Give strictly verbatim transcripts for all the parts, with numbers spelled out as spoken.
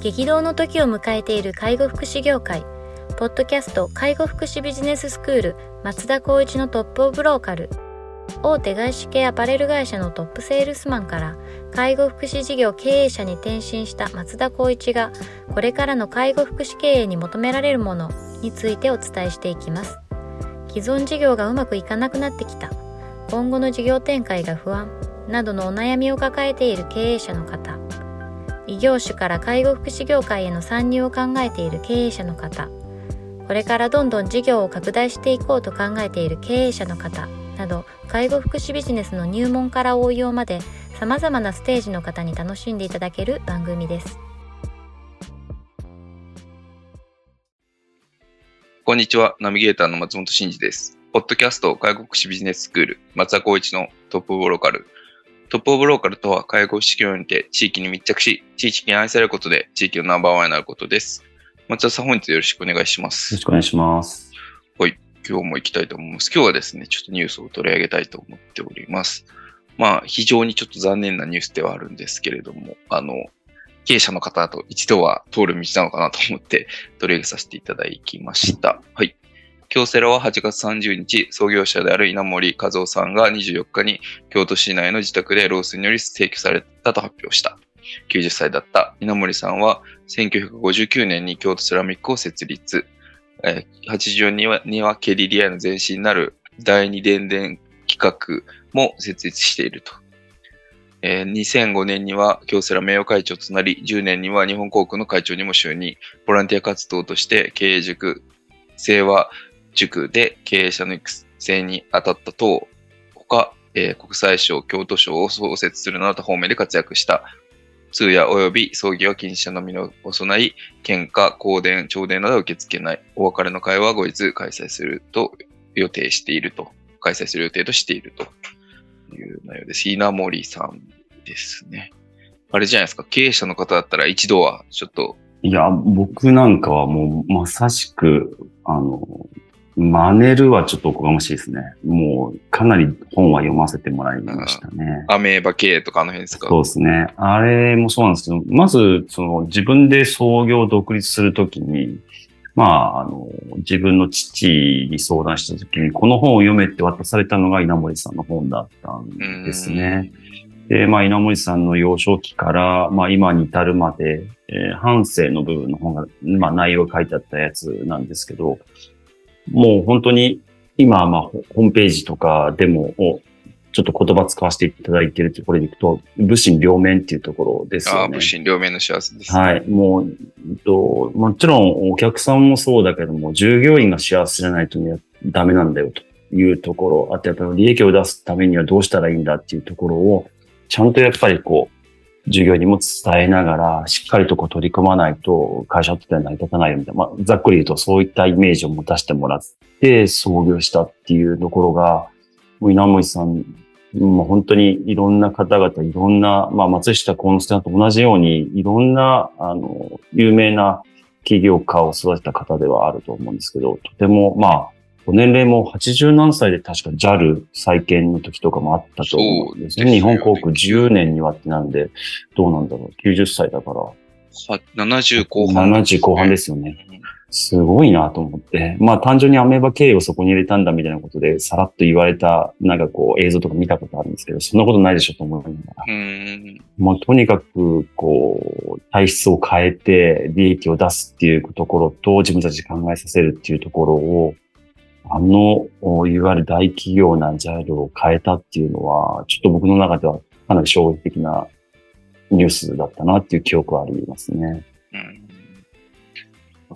激動の時を迎えている介護福祉業界。ポッドキャスト介護福祉ビジネススクール松田光一のトップオブローカル。大手外資系アパレル会社のトップセールスマンから介護福祉事業経営者に転身した松田光一が、これからの介護福祉経営に求められるものについてお伝えしていきます。既存事業がうまくいかなくなってきた、今後の事業展開が不安などのお悩みを抱えている経営者の方、異業種から介護福祉業界への参入を考えている経営者の方、これからどんどん事業を拡大していこうと考えている経営者の方など、介護福祉ビジネスの入門から応用まで様々なステージの方に楽しんでいただける番組です。 こんにちは、ナビゲーターの松本真嗣です。ポッドキャスト介護福祉ビジネススクール松田光一のトップオブローカル。トップオブローカルとは、介護福祉業にて地域に密着し、地域に愛されることで地域のナンバーワンになることです。松田さん、本日よろしくお願いします。 よろしくお願いします。 はい、今日も行きたいと思います。今日はですね、ちょっとニュースを取り上げたいと思っております。まあ、非常にちょっと残念なニュースではあるんですけれども、あの、経営者の方と一度は通る道なのかなと思って取り上げさせていただきました。はい。京セラははちがつさんじゅうにち、創業者である稲森和夫さんがにじゅうよっかに京都市内の自宅で老衰により提供されたと発表した。きゅうじゅっさいだった稲森さんはせんきゅうひゃくごじゅうきゅうねんに京都セラミックを設立。えー、はちじゅうよねんにはケリリアの前身になる第二電電企画も設立していると。えー、にせんごねんには京セラ名誉会長となり、じゅうねんには日本航空の会長にも就任。ボランティア活動として経営塾、清和塾で経営者の育成に当たった等、他、えー、国際賞、京都賞を創設するなど方面で活躍した。通夜及び葬儀は近親者のみのお供い、献花、香典、弔電などは受け付けない。お別れの会は後日開催すると予定していると、開催する予定としているという内容です。稲森さんですね。あれじゃないですか、経営者の方だったら一度はちょっと。 いや、僕なんかはもうまさしく、あの、真似るはちょっとおこがましいですね。もうかなり本は読ませてもらいましたね。 アメーバ経営とかあの辺ですか？ そうですね。あれもそうなんですけど、まず、その自分で創業独立するときに、まあ、あの、自分の父に相談したときに、この本を読めって渡されたのが稲森さんの本だったんですね。で、まあ、稲森さんの幼少期から、まあ、今に至るまで、えー、半生の部分の本が、まあ、内容が書いてあったやつなんですけど、もう本当に今はまあホームページとかでもちょっと言葉使わせていただいているというこれでいくと、武心両面っていうところですよね。 ああ、武心両面の幸せですね。 はい。もう、と、もちろんお客さんもそうだけども、従業員が幸せじゃないとダメなんだよというところ、あとやっぱり利益を出すためにはどうしたらいいんだっていうところを、ちゃんとやっぱりこう、従業員にも伝えながら、しっかりとこう取り組まないと会社って成り立たないよみたいな、まあ、ざっくり言うとそういったイメージを持たせてもらって創業したっていうところが、もう稲森さん、もう本当にいろんな方々、いろんな、まあ松下幸之助さんと同じように、いろんな、あの、有名な起業家を育てた方ではあると思うんですけど、とても、まあ、ご年齢もはちじゅうなんさいで確か ジャル 再建の時とかもあったと思うんですね。日本航空じゅうねんにはってなんで、どうなんだろう。きゅうじゅっさいだから。 ななじゅうこう半、 ね。ななじゅうこう半ですよね。すごいなと思って。まあ単純にアメーバ経営をそこに入れたんだみたいなことで、さらっと言われた、なんかこう映像とか見たことあるんですけど、そんなことないでしょと思いながら。 うん。 まあとにかく、こう、体質を変えて利益を出すっていうところと、自分たちで考えさせるっていうところを、あの、いわゆる大企業なジャイルを変えたっていうのは、ちょっと僕の中ではかなり衝撃的なニュースだったなっていう記憶はありますね。 うん、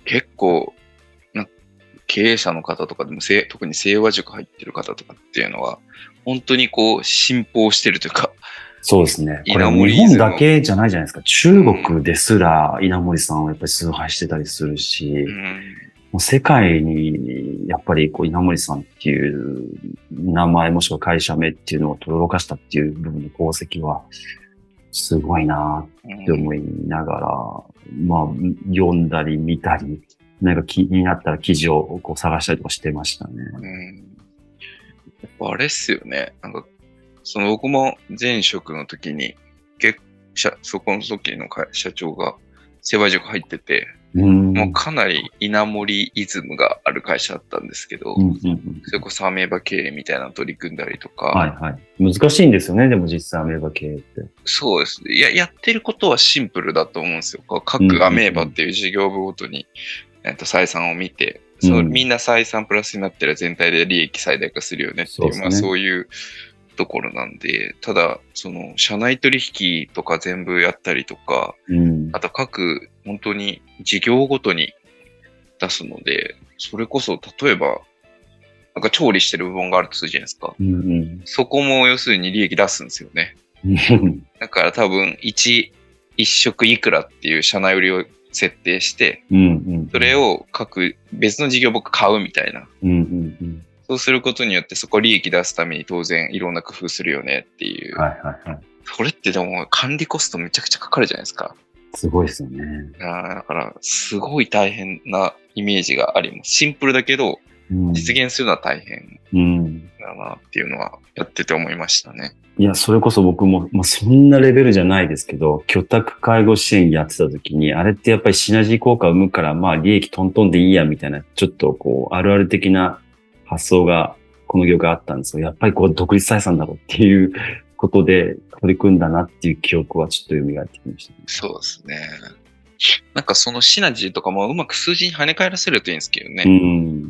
結構な、経営者の方とかでも、特に清和塾入ってる方とかっていうのは、本当にこう、信奉してるというか。 そうですね。これ日本だけじゃないじゃないですか。中国ですら稲森さんはやっぱり崇拝してたりするし、うんもう世界に、やっぱりこう、稲森さんっていう名前もしくは会社名っていうのを轟かしたっていう部分の功績は、すごいなって思いながら、まあ、読んだり見たり、なんか気になったら記事をこう探したりとかしてましたね。 うん、やっぱあれっすよね。なんか、その僕も前職の時に、結構、そこの時の社長が、 成敗塾入ってて、 うん。 もうかなり稲盛イズムがある会社だったんですけど、 うんうんうん、 それこそアメーバ経営みたいなの取り組んだりとか。 はいはい。難しいんですよね、でも実際アメーバ経営って。 そうですね。や、やってることはシンプルだと思うんですよ。各アメーバっていう事業部ごとに、えっと、採算を見て、うん、そうみんな採算プラスになったら全体で利益最大化するよねっていう、そう、ね、まあそういうところなんで、ただ、その、社内取引とか全部やったりとか、うん、あと各、本当に事業ごとに出すので、それこそ、例えば、なんか調理してる部門があるとするじゃないですか。うんうん、そこも要するに利益出すんですよね。だから多分、一、一食いくらっていう社内売りを設定して、うんうん、それを各別の事業僕買うみたいな、うんうんうん。そうすることによってそこ利益出すために当然いろんな工夫するよねっていう。はいはいはい。それってでも管理コストめちゃくちゃかかるじゃないですか。 すごいですよね。 あだからすごい大変なイメージがあります。シンプルだけど、うん、実現するのは大変だなっていうのはやってて思いましたね。 いや、それこそ僕も、まあ、そんなレベルじゃないですけど、居宅介護支援やってた時に、あれってやっぱりシナジー効果を生むから、まあ利益トントンでいいやみたいな、ちょっとこう、あるある的な発想が、この業界あったんですよ。やっぱりこう、独立採算だろうっていうことで取り組んだなっていう記憶はちょっと蘇ってきました、ね。 そうですね。なんかそのシナジーとかもうまく数字に跳ね返らせるといいんですけどね。うん、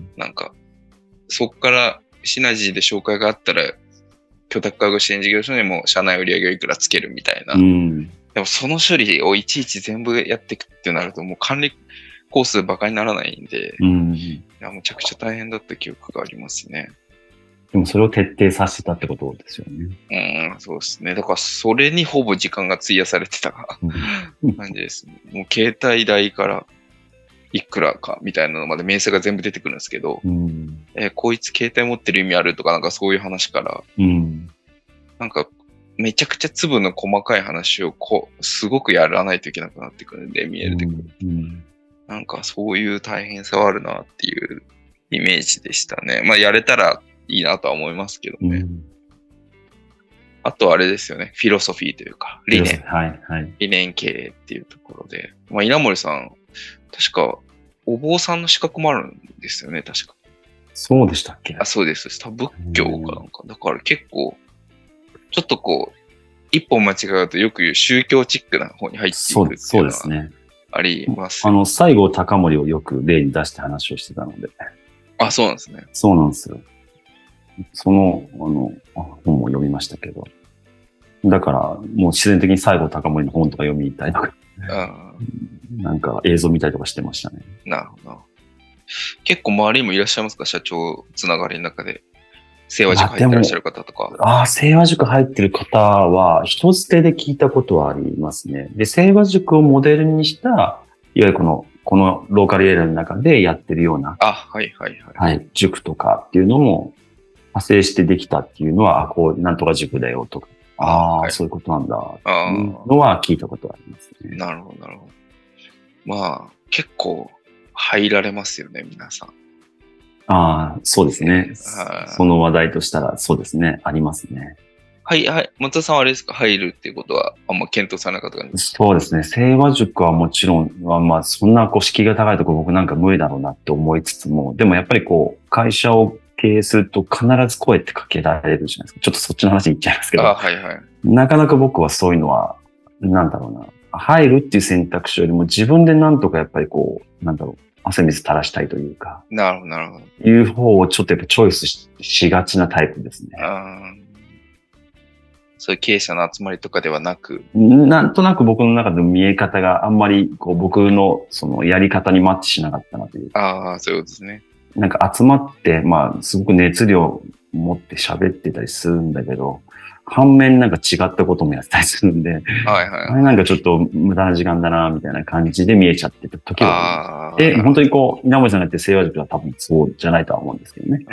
なんか、そこからシナジーで紹介があったら、居宅介護支援事業所にも社内売上をいくらつけるみたいな。うん、でもその処理をいちいち全部やっていくってなるともう管理コースバカにならないんで、うん、いやむちゃくちゃ大変だった記憶がありますね。 でもそれを徹底させてたってことですよね。 うん、そうですね。だからそれにほぼ時間が費やされてた感じですね。もう携帯代からいくらかみたいなのまで明細が全部出てくるんですけど、うん、えー、こいつ携帯持ってる意味あるとかなんかそういう話から、うん、なんかめちゃくちゃ粒の細かい話をこうすごくやらないといけなくなってくるんで見えてくる、うんうん、なんかそういう大変さはあるなっていうイメージでしたね。まあやれたらいいなとは思いますけどね。うん、あとあれですよね、フィロソフィーというか理念、はいはい、理念経営っていうところで、まあ、稲森さん確か、お坊さんの資格もあるんですよね、確か。 そうでしたっけ？ あ、そうです。多分仏教かなんか。だから結構、ちょっとこう、一本間違うとよく言う宗教チックな方に入っていくっていうのはあります。 あの、西郷隆盛をよく例に出して話をしてたので。 あ、そうなんですね。 そうなんですよ。その、あの、本も読みましたけど。だから、もう自然的に西郷隆盛の本とか読みたいとか。あなんか映像見たりとかしてましたね。 なるほど。結構周りにもいらっしゃいますか？社長つながりの中で。清和塾入ってらっしゃる方とか。 ああ、清和塾入ってる方は、一つ手で聞いたことはありますね。で、清和塾をモデルにした、いわゆるこの、このローカルエリアの中でやってるような。 あ、はいはいはい。 はい、塾とかっていうのも、派生してできたっていうのは、あ、こう、なんとか塾だよとか。ああ、はい、そういうことなんだ。っていうのは聞いたことありますね。 なるほど、なるほど。まあ、結構入られますよね、皆さん。 ああ、そうですね。その話題としたら、そうですね。ありますね。 はい、はい。松田さんはあれですか？入るっていうことは、あんま検討されなかった感じですか？そうですね。清和塾はもちろん、まあ、そんなこう、敷居が高いところ僕なんか無理だろうなって思いつつも、でもやっぱりこう、会社を経営すると必ず声ってかけられるじゃないですか。ちょっとそっちの話に行っちゃいますけど。 あ、はいはい。 なかなか僕はそういうのは、なんだろうな。入るっていう選択肢よりも自分でなんとかやっぱりこう、なんだろう、汗水垂らしたいというか。 なるほど、なるほど。 いう方をちょっとやっぱチョイス し, しがちなタイプですね。 あそういう経営者の集まりとかではなく。 なんとなく僕の中での見え方があんまりこう僕のそのやり方にマッチしなかったなという。 ああ、そういうことですね。 なんか集まって、まあ、すごく熱量持って喋ってたりするんだけど、反面なんか違ったこともやったりするんで、はいはい、あれなんかちょっと無駄な時間だな、みたいな感じで見えちゃってた時はあります。で、本当にこう、稲森さんがやってる清和塾は多分そうじゃないとは思うんですけどね。 うん。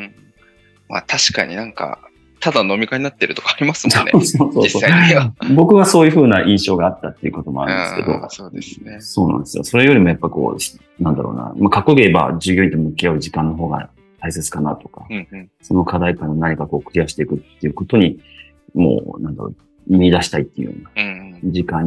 まあ確かになんか、ただ飲み会になってるとかありますもんね。 そうそうそう実際には。僕はそういう風な印象があったっていうこともあるんですけど。 そうですね。 そうなんですよ。それよりもやっぱこう、なんだろうな。まあ、かっこよく言えば従業員と向き合う時間の方が大切かなとか、うんうん、その課題から何かこうクリアしていくっていうことに、もう、なんだろう、見出したいっていうような時間に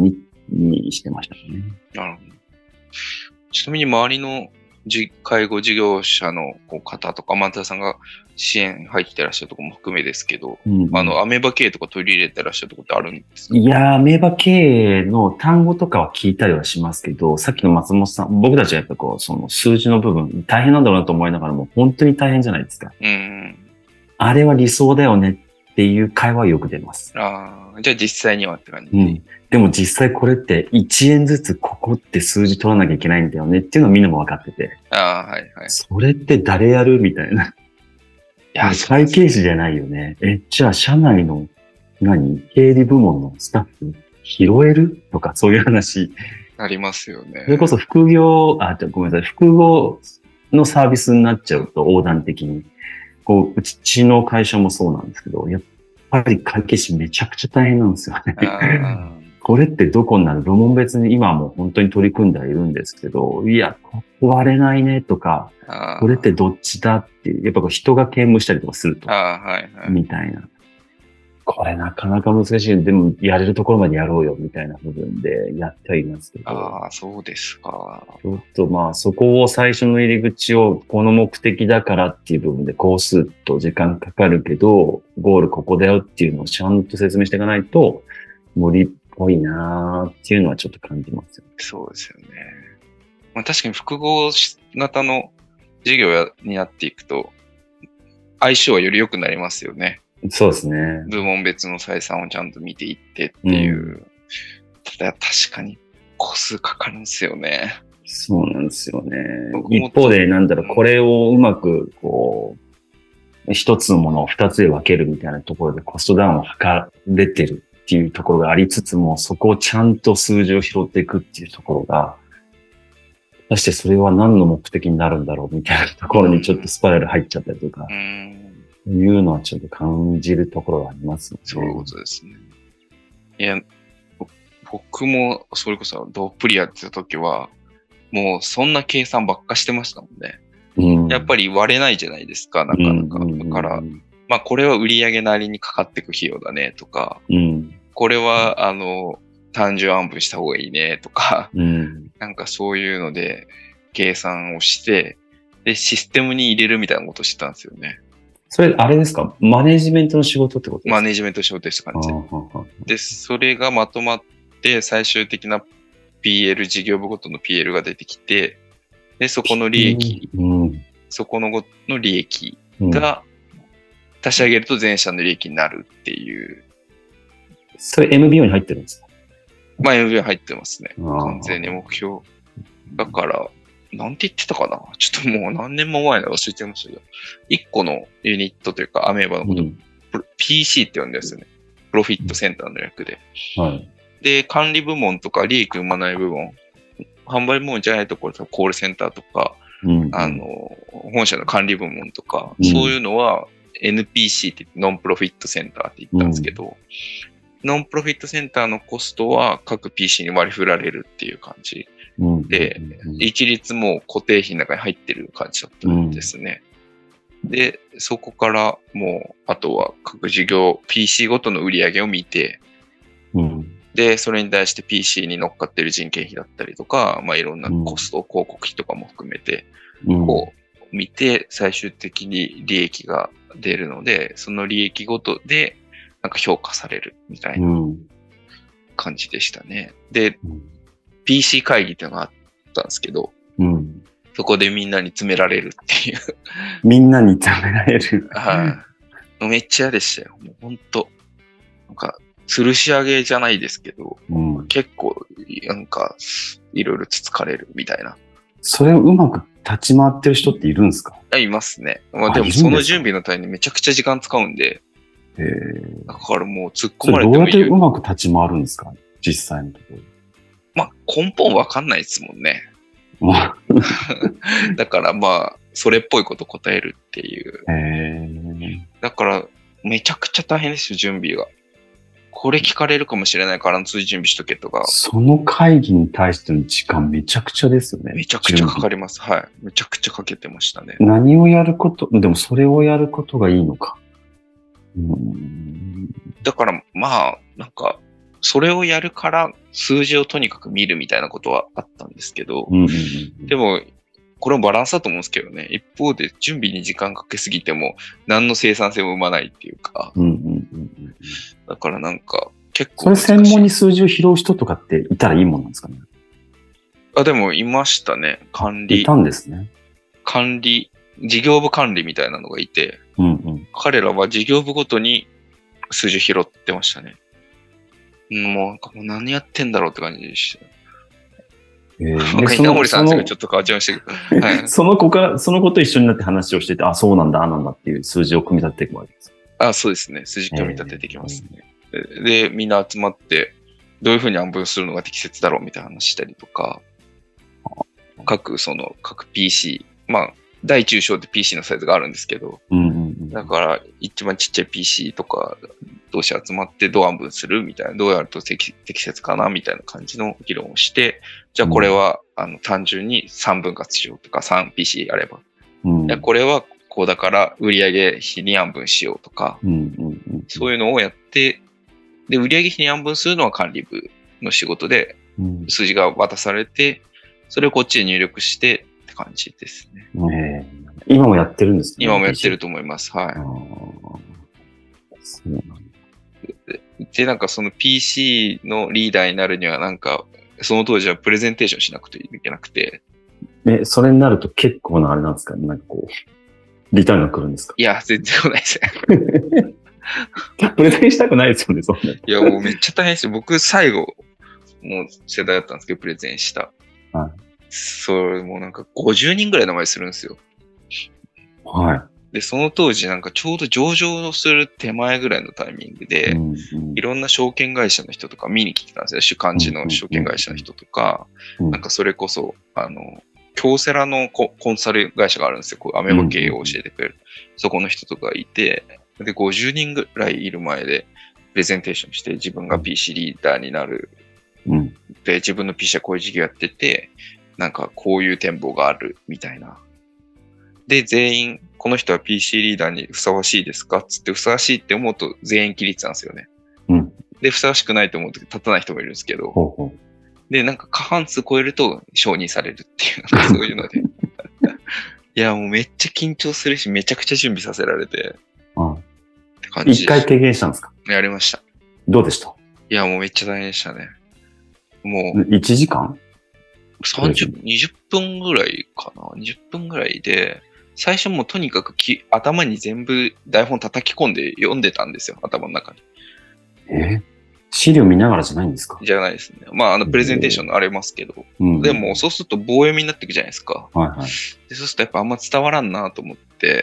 にしてましたね。 なるほど。ちなみに周りのじ介護事業者のこう方とか、松田さんが支援入ってらっしゃるところも含めですけど、 うんうん、 あの、アメーバ系とか取り入れてらっしゃるところってあるんですか？ いやー、アメーバ経営の単語とかは聞いたりはしますけど、さっきの松本さん、僕たちはやっぱこう、その数字の部分、大変なんだろうなと思いながらも、本当に大変じゃないですか。 うん。 あれは理想だよねっていう会話はよく出ます。 ああ、じゃあ実際にはって感じ。 うん。でも実際これっていちえんずつここって数字取らなきゃいけないんだよねっていうのはみんなも分かってて。 ああ、はいはい。 それって誰やるみたいな。いや、会計士じゃないよね。え、じゃあ社内の何経理部門のスタッフ拾えるとかそういう話。 ありますよね。 それこそ副業、あ、じゃごめんなさい。複合のサービスになっちゃうと横断的に。こう、うちの会社もそうなんですけど、やっぱり会計士めちゃくちゃ大変なんですよね。これってどこになる部門別に今はもう本当に取り組んではいるんですけど、いや、ここ割れないねとか、これってどっちだっていう、やっぱこう人が兼務したりとかすると、 あはいはい、 みたいな。これなかなか難しい。でもやれるところまでやろうよみたいな部分でやってはいますけど。 ああ、そうですか。 ちょっとまあそこを最初の入り口をこの目的だからっていう部分で工数と時間かかるけど、ゴールここだよっていうのをちゃんと説明していかないと無理っぽいなーっていうのはちょっと感じますよね。 そうですよね。まあ確かに複合型の事業になっていくと相性はより良くなりますよね。 そうですね。 部門別の採算をちゃんと見ていってっていう。うん、ただ確かに個数かかるんですよね。 そうなんですよね。一方でなんだろう、これをうまくこう、一つのものを二つで分けるみたいなところでコストダウンを図れてるっていうところがありつつも、そこをちゃんと数字を拾っていくっていうところが、果たしてそれは何の目的になるんだろうみたいなところにちょっとスパイラル入っちゃったりとか。うんいうのはちょっと感じるところがありますね。 そういうことですね。いや、僕もそれこそドップリやってた時は、もうそんな計算ばっかしてましたもんね。うん、やっぱり割れないじゃないですか、なかなか。だから、まあこれは売上なりにかかっていく費用だねとか、うん、これはあの単純暗分した方がいいねとか、うん、なんかそういうので計算をして、で、システムに入れるみたいなことをしてたんですよね。 それ、あれですか？マネジメントの仕事ってことですか？ マネジメントの仕事でした感じ。で、それがまとまって、最終的な ピーエル、事業部ごとの ピーエル が出てきて、で、そこの利益、うん、そこのごの利益が足し上げると全社の利益になるっていう。 それ エムビーオー に入ってるんですか？ まあ エムビーオー に入ってますね。完全に目標。だから、なんて言ってたかなちょっともう何年も前に忘れてましたけど、一個のユニットというか、アメーバのこと、うん、ピーシー って呼んでるんですよね。プロフィットセンターの略で。はい、で、管理部門とか、利益生まない部門、販売部門じゃないところとか、コールセンターとか、うん、あの、本社の管理部門とか、うん、そういうのは エヌピーシー って言って、ノンプロフィットセンターって言ったんですけど、うん、ノンプロフィットセンターのコストは各 ピーシー に割り振られるっていう感じ。で、一律も固定費の中に入ってる感じだったんですね。うん、で、そこからもう、あとは各事業、ピーシー ごとの売り上げを見て、うん、で、それに対して ピーシー に乗っかってる人件費だったりとか、まあいろんなコスト、広告費とかも含めて、こう見て、最終的に利益が出るので、その利益ごとで、なんか評価されるみたいな感じでしたね。で、ピーシー 会議っていうのがあったんですけど、うん、そこでみんなに詰められるっていう。 みんなに詰められる。 はい。めっちゃ嫌でしたよ。もうほんと。なんか、吊るし上げじゃないですけど、うん、結構、なんか、いろいろつつかれるみたいな。 それをうまく立ち回ってる人っているんですか？ いますね。まあでもその準備のためにめちゃくちゃ時間使うんで、へー、だからもう突っ込まれてもいい。 どうやってうまく立ち回るんですか？実際のところ。 まあ、根本わかんないですもんね。だからまあ、それっぽいこと答えるっていう。へー。だから、めちゃくちゃ大変ですよ、準備が。これ聞かれるかもしれないから通じ準備しとけとか。 その会議に対しての時間めちゃくちゃですよね。 めちゃくちゃかかります。はい。めちゃくちゃかけてましたね。 何をやること、でもそれをやることがいいのか。うーん、 だからまあ、なんか、 それをやるから数字をとにかく見るみたいなことはあったんですけど、 うんうんうん、 でも、これもバランスだと思うんですけどね。一方で準備に時間かけすぎても何の生産性も生まないっていうか。 うんうんうんうん、 だからなんか結構それ専門に数字を拾う人とかっていたらいいもんなんですかね。 あ、でもいましたね。管理。 いたんですね。 管理、事業部管理みたいなのがいて、 うんうん、 彼らは事業部ごとに数字拾ってましたね。もう、もう何やってんだろうって感じでした。えー、稲森さんがちょっと変わっちゃいましたけど。はい、 その子から、その子と一緒になって話をしてて、あ、そうなんだ、あなんだっていう数字を組み立てていくわけです。 あ、そうですね。数字組み立てていきますね。えー、で、みんな集まって、どういうふうに暗分するのが適切だろうみたいな話したりとか、各、その、各 ピーシー、まあ、大中小で ピーシー のサイズがあるんですけど、 うんうんうん、 だから、一番ちっちゃい ピーシー とか、同士集まってどう暗分するみたいな、どうやると適切かなみたいな感じの議論をして、じゃあこれは、うん、あの単純にさんぶん割しようとか さんピーシー あれば、うん、いやこれはこうだから売上比に暗分しようとか、うんうんうん、そういうのをやって、で、売上比に暗分するのは管理部の仕事で、数字が渡されて、それをこっちに入力してって感じですね。 えー、今もやってるんですか？ 今もやってると思います。はい。 そうなんだ。 で、なんかその ピーシー のリーダーになるにはなんか、その当時はプレゼンテーションしなくていけなくて。 え、それになると結構なあれなんですかね、なんかこう、リターンが来るんですか？ いや、全然来ないですね。プレゼンしたくないですよね、そんな。いや、もうめっちゃ大変ですよ。僕最後、もう世代だったんですけど、プレゼンした。はい。それもなんかごじゅうにんぐらいの前するんですよ。 はい。 で、その当時なんかちょうど上場する手前ぐらいのタイミングで、うんうん、いろんな証券会社の人とか見に来てたんですよ。主幹事の証券会社の人とか、うんうん、なんかそれこそ、あの、京セラのコンサル会社があるんですよ。こうアメバ経営を教えてくれる、うんうん。そこの人とかいて、で、ごじゅうにんぐらいいる前でプレゼンテーションして自分が ピーシー リーダーになる。うん、で、自分の ピーシー はこういう事業やってて、なんかこういう展望があるみたいな。で、全員、この人は ピーシー リーダーにふさわしいですかつってふさわしいって思うと全員起立なんですよね。うん。で、ふさわしくないと思うと立たない人もいるんですけど。ほうほう。で、なんか過半数超えると承認されるっていう、なんかそういうので。いや、もうめっちゃ緊張するし、めちゃくちゃ準備させられて。 うん。って感じで。一回経験したんですか？ やりました。 どうでした？ いや、もうめっちゃ大変でしたね。もう。いちじかん ? さんじゅう、にじゅっぷんぐらいかな ?にじゅっぷんぐらいで、最初もうとにかくき頭に全部台本叩き込んで読んでたんですよ、頭の中に。 えー、資料見ながらじゃないんですか？ じゃないですね。まあ、あの、プレゼンテーションのありますけど、えー、でも、そうすると棒読みになっていくじゃないですか。はいはい。で、そうするとやっぱあんま伝わらんなと思って、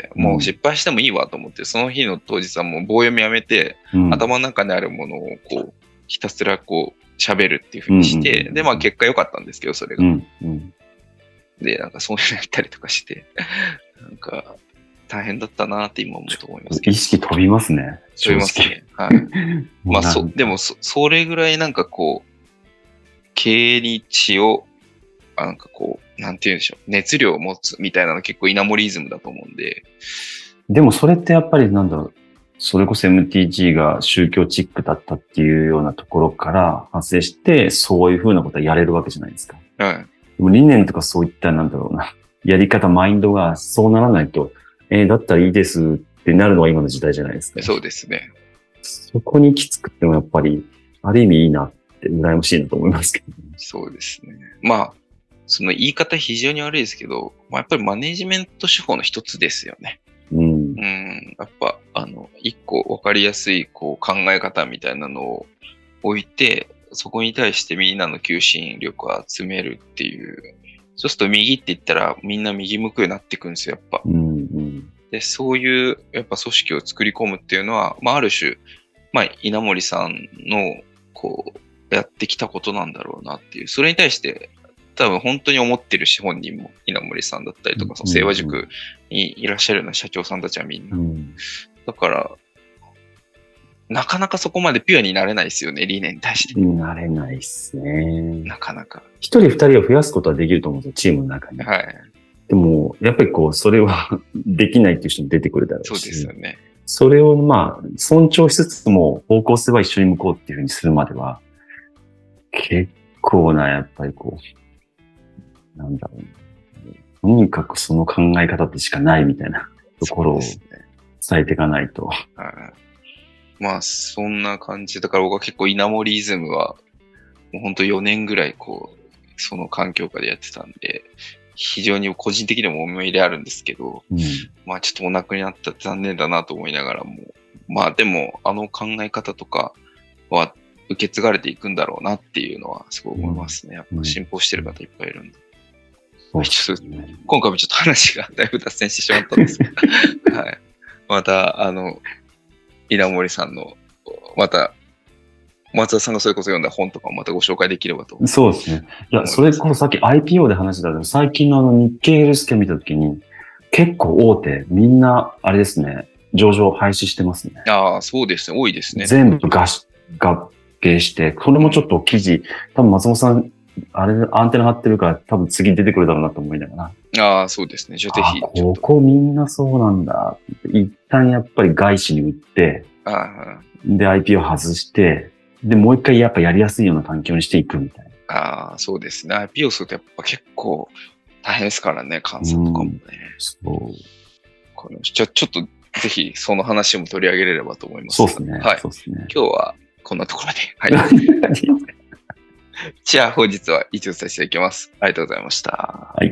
もう失敗してもいいわと思って、その日の当日はもう棒読みやめて、うん、頭の中にあるものをこう、ひたすらこう、喋るっていう風にして、うんうんうん、で、まあ結果良かったんですけど、それが。うんうん、で、なんかそういうのやったりとかして、なんか大変だったなって今思うと思いますけど。 意識飛びますね。 飛びますね。はい。まあそ、でもそ、それぐらいなんかこう、経営に血を、なんかこう、なんて言うんでしょう、熱量を持つみたいなの結構稲盛イズムだと思うんで。 でもそれってやっぱりなんだろう、それこそ エムティージー が宗教チックだったっていうようなところから派生して、そういうふうなことはやれるわけじゃないですか。はい。でも理念とかそういったなんだろうな、やり方、マインドがそうならないと、えー、だったらいいですってなるのが今の時代じゃないですか。 そうですね。 そこに行き着くってもやっぱり、ある意味いいなって羨ましいなと思いますけど、ね。 そうですね。まあ、その言い方非常に悪いですけど、まあ、やっぱりマネジメント手法の一つですよね。うん。うん。やっぱ、あの、一個わかりやすいこう考え方みたいなのを置いて、そこに対してみんなの求心力を集めるっていう。そうすると右って言ったらみんな右向くようになっていくんですよ、やっぱ。うんうん、で、そういうやっぱ組織を作り込むっていうのは、まあある種、まあ稲森さんのこうやってきたことなんだろうなっていう。それに対して多分本当に思ってるし、本人も稲森さんだったりとか、その清和塾にいらっしゃるような社長さんたちはみんな。うん、だから、なかなかそこまでピュアになれないですよね、理念に対して。 なれないっすね。 なかなか。 一人二人を増やすことはできると思うんですよ、チームの中に。はい。でも、やっぱりこう、それはできないっていう人も出てくるだろうし。 そうですよね。 それをまあ、尊重しつつも方向性は一緒に向こうっていうふうにするまでは、 結構な、やっぱりこう、なんだろう、ね。とにかくその考え方でしかないみたいなところを伝えていかないと。 はい。まあ、そんな感じ。だから僕は結構稲森イズムは、もう本当よねんぐらいこう、その環境下でやってたんで、非常に個人的にも思い入れあるんですけど、 うん、 まあちょっとお亡くなりになったら残念だなと思いながらも、まあでもあの考え方とかは受け継がれていくんだろうなっていうのはすごい思いますね。やっぱ信奉してる方いっぱいいるんで。 うん、 ちょっと今回もちょっと話がだいぶ脱線してしまったんですけど、はい。また、あの、稲森さんの、また、松田さんがそれこそ読んだ本とかもまたご紹介できればと。 そうですね。いや、それこそさっき アイピーオー で話してたけど、最近のあの日経ヘルスケア見たときに、結構大手、みんな、あれですね、上場廃止してますね。 ああ、そうですね。多いですね。 全部合合併して、これもちょっと記事、多分松本さん、あれ、アンテナ張ってるから、多分次出てくるだろうなと思いながら。 ああ、そうですね。じゃあぜひ。 ここみんなそうなんだ。一旦やっぱり外資に売って、 あで アイピーオー 外して、で、もう一回やっぱやりやすいような環境にしていくみたいな。 ああ、そうですね。アイピーオー するとやっぱ結構大変ですからね、監査とかもね。 そう。 このじゃあちょっとぜひその話も取り上げれればと思います。 そうですね。 はい。 そうですね。 今日はこんなところで。はい。じゃあ本日は以上させていただきます。ありがとうございました。 はい。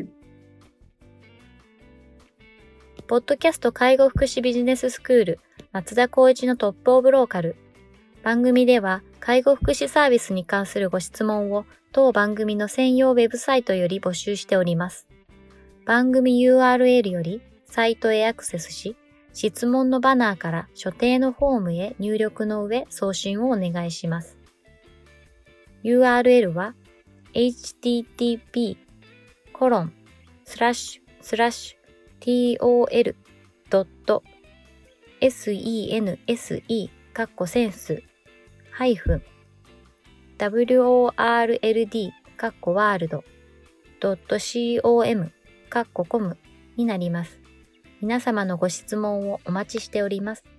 ポッドキャスト介護福祉ビジネススクール松田光一のトップオブローカル。番組では介護福祉サービスに関するご質問を当番組の専用ウェブサイトより募集しております。番組 ユーアールエル よりサイトへアクセスし、質問のバナーから所定のフォームへ入力の上送信をお願いします。ユーアールエル は エイチティーティーピーコロンスラッシュスラッシュ トル ドット センス カッコセンスハイフン world カッコワールド ドット com カッココムになります。皆様のご質問をお待ちしております。